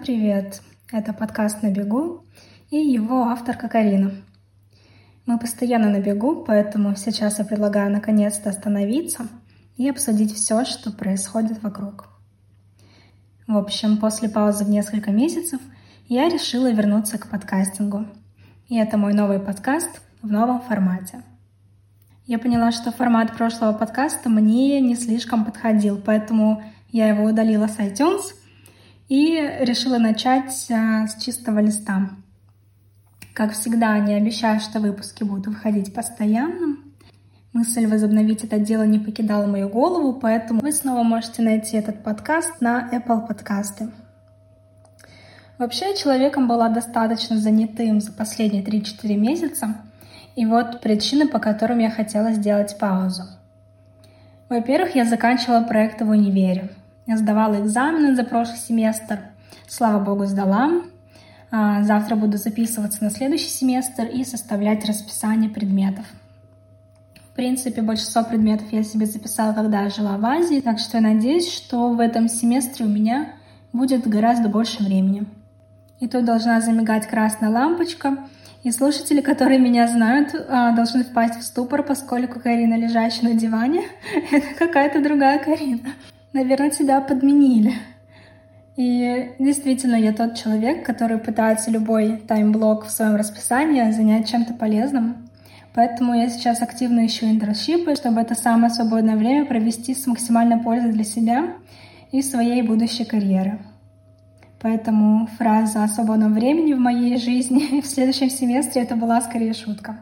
привет! Это подкаст «На бегу» и его авторка Карина. Мы постоянно на бегу, поэтому сейчас я предлагаю наконец-то остановиться и обсудить все, что происходит вокруг. В общем, после паузы в несколько месяцев я решила вернуться к подкастингу. И это мой новый подкаст в новом формате. Я поняла, что формат прошлого подкаста мне не слишком подходил, поэтому я его удалила с iTunes и решила начать с чистого листа. Как всегда, не обещаю, что выпуски будут выходить постоянно. Мысль возобновить это дело не покидала мою голову, поэтому вы снова можете найти этот подкаст на Apple подкасты. Вообще, я человеком была достаточно занятым за последние 3-4 месяца, и вот причины, по которым я хотела сделать паузу. Во-первых, я заканчивала проекты в универе. Я сдавала экзамены за прошлый семестр. Слава богу, сдала. Завтра буду записываться на следующий семестр и составлять расписание предметов. В принципе, большинство предметов я себе записала, когда я жила в Азии, так что я надеюсь, что в этом семестре у меня будет гораздо больше времени. И тут должна замигать красная лампочка, и слушатели, которые меня знают, должны впасть в ступор, поскольку Карина, лежащая на диване, это какая-то другая Карина. Наверное, тебя подменили. И действительно, я тот человек, который пытается любой таймблок в своем расписании занять чем-то полезным. Поэтому я сейчас активно ищу интерншипы, чтобы это самое свободное время провести с максимальной пользой для себя и своей будущей карьеры. Поэтому фраза о свободном времени в моей жизни в следующем семестре это была скорее шутка.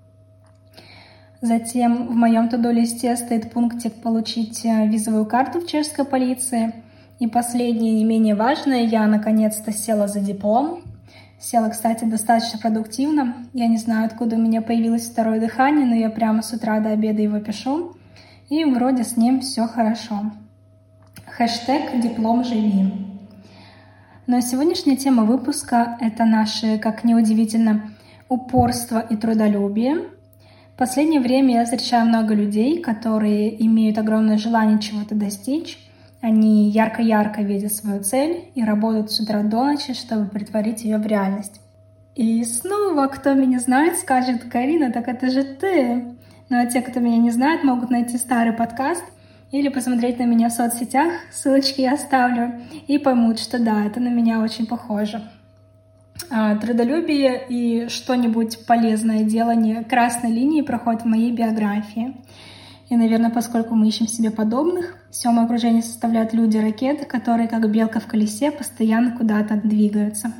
Затем в моем to-do-листе стоит пунктик «Получить визовую карту в чешской полиции». И последнее, не менее важное, я наконец-то села за диплом. Села, кстати, достаточно продуктивно. Я не знаю, откуда у меня появилось второе дыхание, но я прямо с утра до обеда его пишу. И вроде с ним все хорошо. Хэштег «Диплом живи». Но сегодняшняя тема выпуска — это наши, как ни удивительно, упорство и трудолюбие. В последнее время я встречаю много людей, которые имеют огромное желание чего-то достичь. Они ярко-ярко видят свою цель и работают с утра до ночи, чтобы претворить ее в реальность. И снова, кто меня знает, скажет: «Карина, так это же ты!» Ну а те, кто меня не знает, могут найти старый подкаст или посмотреть на меня в соцсетях, ссылочки я оставлю, и поймут, что да, это на меня очень похоже. Трудолюбие и что-нибудь полезное делание красной линии проходит в моей биографии. И, наверное, поскольку мы ищем себе подобных, все мое окружение составляют люди-ракеты, которые, как белка в колесе, постоянно куда-то двигаются.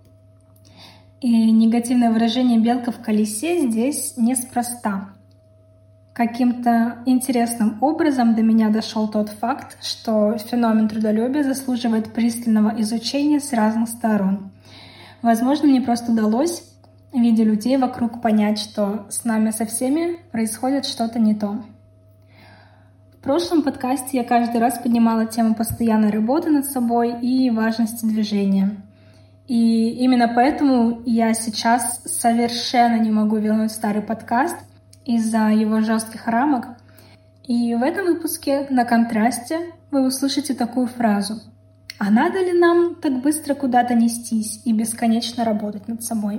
И негативное выражение «белка в колесе» здесь неспроста. Каким-то интересным образом до меня дошел тот факт, что феномен трудолюбия заслуживает пристального изучения с разных сторон. Возможно, мне просто удалось, видя людей вокруг, понять, что с нами со всеми происходит что-то не то. В прошлом подкасте я каждый раз поднимала тему постоянной работы над собой и важности движения. И именно поэтому я сейчас совершенно не могу вернуть старый подкаст из-за его жестких рамок. И в этом выпуске на контрасте вы услышите такую фразу: «А надо ли нам так быстро куда-то нестись и бесконечно работать над собой?»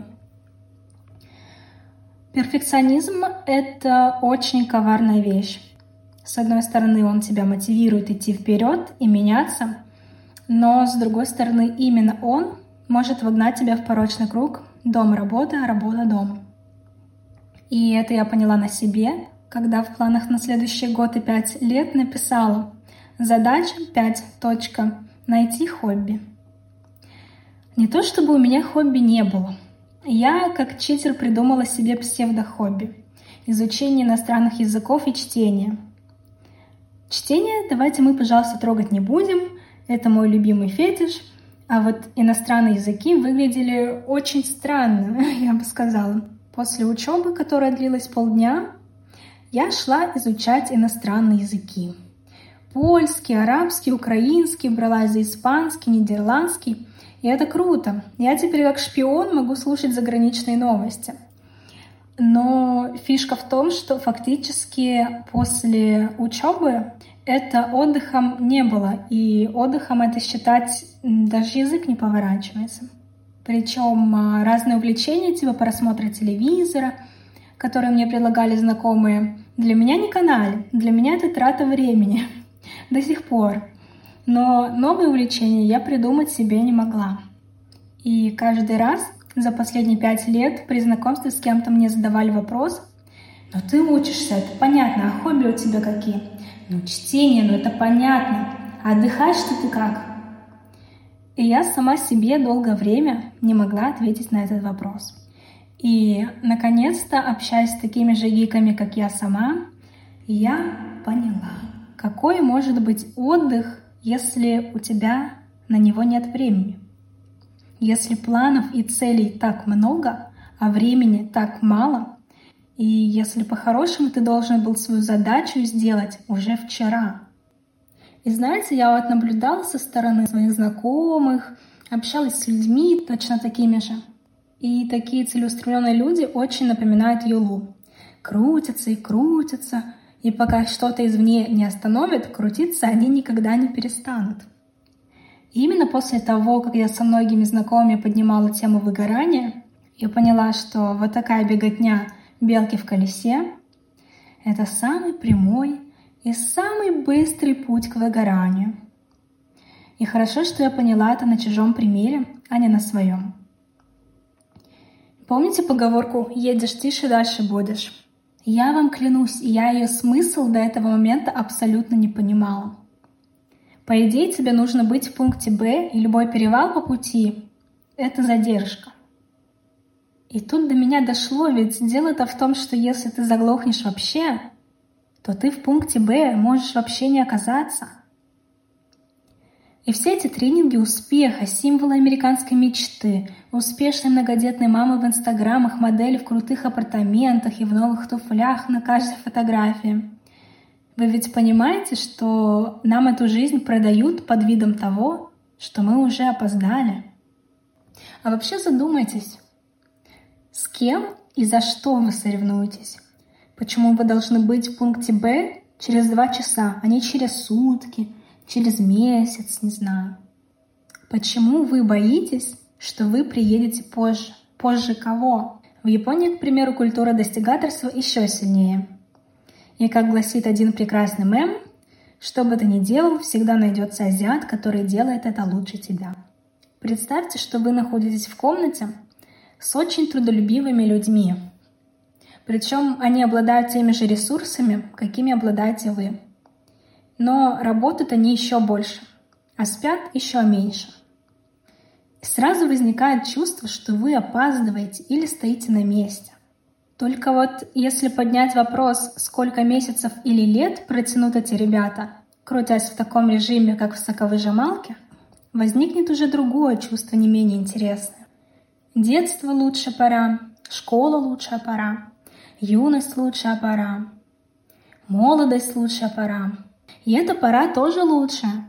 Перфекционизм — это очень коварная вещь. С одной стороны, он тебя мотивирует идти вперед и меняться, но с другой стороны, именно он может вогнать тебя в порочный круг дом-работа, работа-дом. И это я поняла на себе, когда в планах на следующий год и 5 лет написала: задача 5. Найти хобби. Не то чтобы у меня хобби не было. Я, как читер, придумала себе псевдо-хобби — изучение иностранных языков и чтение. Чтение давайте мы, пожалуйста, трогать не будем, это мой любимый фетиш, а вот иностранные языки выглядели очень странно, я бы сказала. После учебы, которая длилась полдня, я шла изучать иностранные языки. Польский, арабский, украинский, брала за испанский, нидерландский. И это круто. Я теперь как шпион могу слушать заграничные новости. Но фишка в том, что фактически после учебы это отдыхом не было. И отдыхом это считать даже язык не поворачивается. Причем разные увлечения, типа просмотра телевизора, которые мне предлагали знакомые, для меня не канали. Для меня это трата времени до сих пор. Но новые увлечения я придумать себе не могла. И каждый раз за последние 5 лет при знакомстве с кем-то мне задавали вопрос: «Ну ты учишься, это понятно, а хобби у тебя какие?» «Ну чтение, ну это понятно, а отдыхаешь-то ты как?» И я сама себе долгое время не могла ответить на этот вопрос. И, наконец-то, общаясь с такими же гиками, как я сама, я поняла, какой может быть отдых, если у тебя на него нет времени. Если планов и целей так много, а времени так мало, и если по-хорошему ты должен был свою задачу сделать уже вчера. И знаете, я вот наблюдала со стороны своих знакомых, общалась с людьми точно такими же. И такие целеустремленные люди очень напоминают Юлу. Крутятся и крутятся, и пока что-то извне не остановит, крутиться они никогда не перестанут. И именно после того, как я со многими знакомыми поднимала тему выгорания, я поняла, что вот такая беготня белки в колесе — это самый прямой и самый быстрый путь к выгоранию. И хорошо, что я поняла это на чужом примере, а не на своем. Помните поговорку «едешь тише, дальше будешь»? Я вам клянусь, я ее смысл до этого момента абсолютно не понимала. По идее, тебе нужно быть в пункте Б, и любой перевал по пути — это задержка. И тут до меня дошло, ведь дело-то в том, что если ты заглохнешь вообще, то ты в пункте Б можешь вообще не оказаться. И все эти тренинги успеха, символы американской мечты, успешной многодетной мамы в инстаграмах, модели в крутых апартаментах и в новых туфлях на каждой фотографии. Вы ведь понимаете, что нам эту жизнь продают под видом того, что мы уже опоздали? А вообще задумайтесь, с кем и за что вы соревнуетесь? Почему вы должны быть в пункте Б через 2 часа, а не через сутки, через месяц, не знаю? Почему вы боитесь, что вы приедете позже? Позже кого? В Японии, к примеру, культура достигаторства еще сильнее. И как гласит один прекрасный мем, что бы ты ни делал, всегда найдется азиат, который делает это лучше тебя. Представьте, что вы находитесь в комнате с очень трудолюбивыми людьми. Причем они обладают теми же ресурсами, какими обладаете вы. Но работают они еще больше, а спят еще меньше. И сразу возникает чувство, что вы опаздываете или стоите на месте. Только вот если поднять вопрос, сколько месяцев или лет протянут эти ребята, крутясь в таком режиме, как в соковыжималке, возникнет уже другое чувство, не менее интересное. Детство — лучшая пора, школа — лучшая пора, юность — лучшая пора, молодость — лучшая пора. И эта пора тоже лучшая.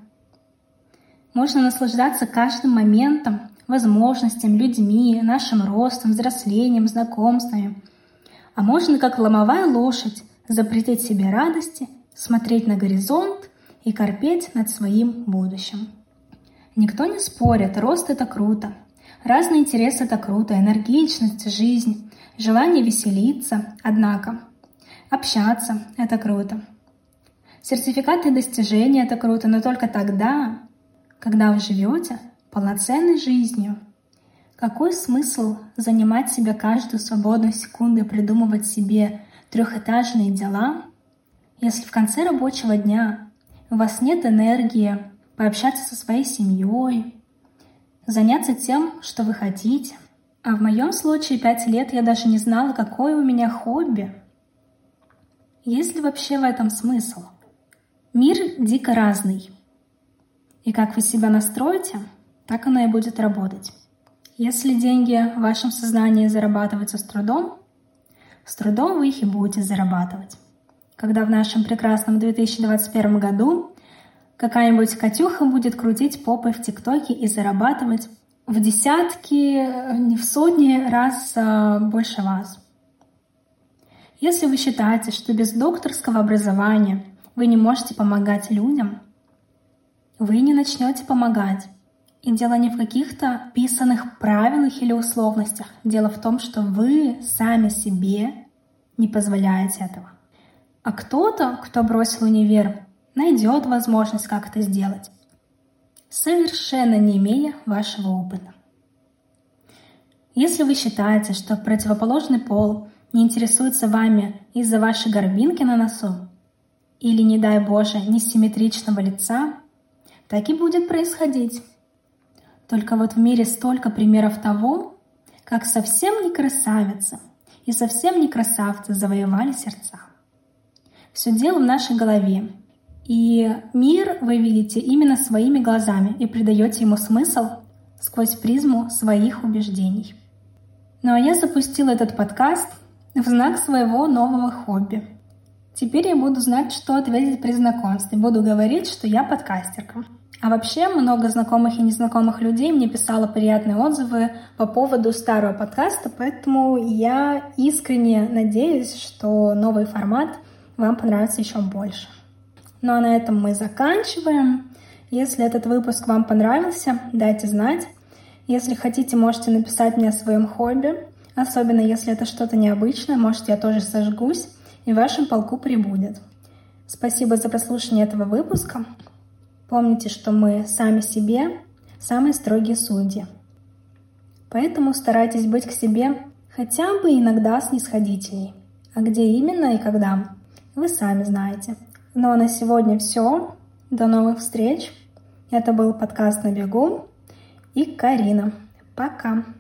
Можно наслаждаться каждым моментом, возможностями, людьми, нашим ростом, взрослением, знакомствами. А можно, как ломовая лошадь, запретить себе радости, смотреть на горизонт и корпеть над своим будущим. Никто не спорит, рост — это круто. Разные интересы — это круто, энергичность, жизнь, желание веселиться, однако. Общаться — это круто. Сертификаты и достижения — это круто, но только тогда, когда вы живете полноценной жизнью. Какой смысл занимать себя каждую свободную секунду и придумывать себе трехэтажные дела, если в конце рабочего дня у вас нет энергии пообщаться со своей семьей, заняться тем, что вы хотите? А в моем случае 5 лет я даже не знала, какое у меня хобби. Есть ли вообще в этом смысл? Мир дико разный. И как вы себя настроите, так оно и будет работать. Если деньги в вашем сознании зарабатываются с трудом вы их и будете зарабатывать. Когда в нашем прекрасном 2021 году какая-нибудь Катюха будет крутить попой в ТикТоке и зарабатывать в десятки, не в сотни раз больше вас. Если вы считаете, что без докторского образования вы не можете помогать людям, вы не начнете помогать. И дело не в каких-то писанных правилах или условностях. Дело в том, что вы сами себе не позволяете этого. А кто-то, кто бросил универ, найдет возможность как это сделать, совершенно не имея вашего опыта. Если вы считаете, что противоположный пол не интересуется вами из-за вашей горбинки на носу или, не дай Боже, несимметричного лица, так и будет происходить. Только вот в мире столько примеров того, как совсем не красавицы и совсем не красавцы завоевали сердца. Все дело в нашей голове. И мир вы видите именно своими глазами и придаете ему смысл сквозь призму своих убеждений. Ну а я запустила этот подкаст в знак своего нового хобби. Теперь я буду знать, что ответить при знакомстве. Буду говорить, что я подкастерка. А вообще много знакомых и незнакомых людей мне писало приятные отзывы по поводу старого подкаста, поэтому я искренне надеюсь, что новый формат вам понравится еще больше. Ну а на этом мы заканчиваем. Если этот выпуск вам понравился, дайте знать. Если хотите, можете написать мне о своем хобби. Особенно если это что-то необычное, может, я тоже сожгусь и в вашем полку прибудет. Спасибо за прослушивание этого выпуска. Помните, что мы сами себе самые строгие судьи. Поэтому старайтесь быть к себе хотя бы иногда снисходительней. А где именно и когда, вы сами знаете. Ну а на сегодня все. До новых встреч. Это был подкаст «На бегу» и Карина. Пока.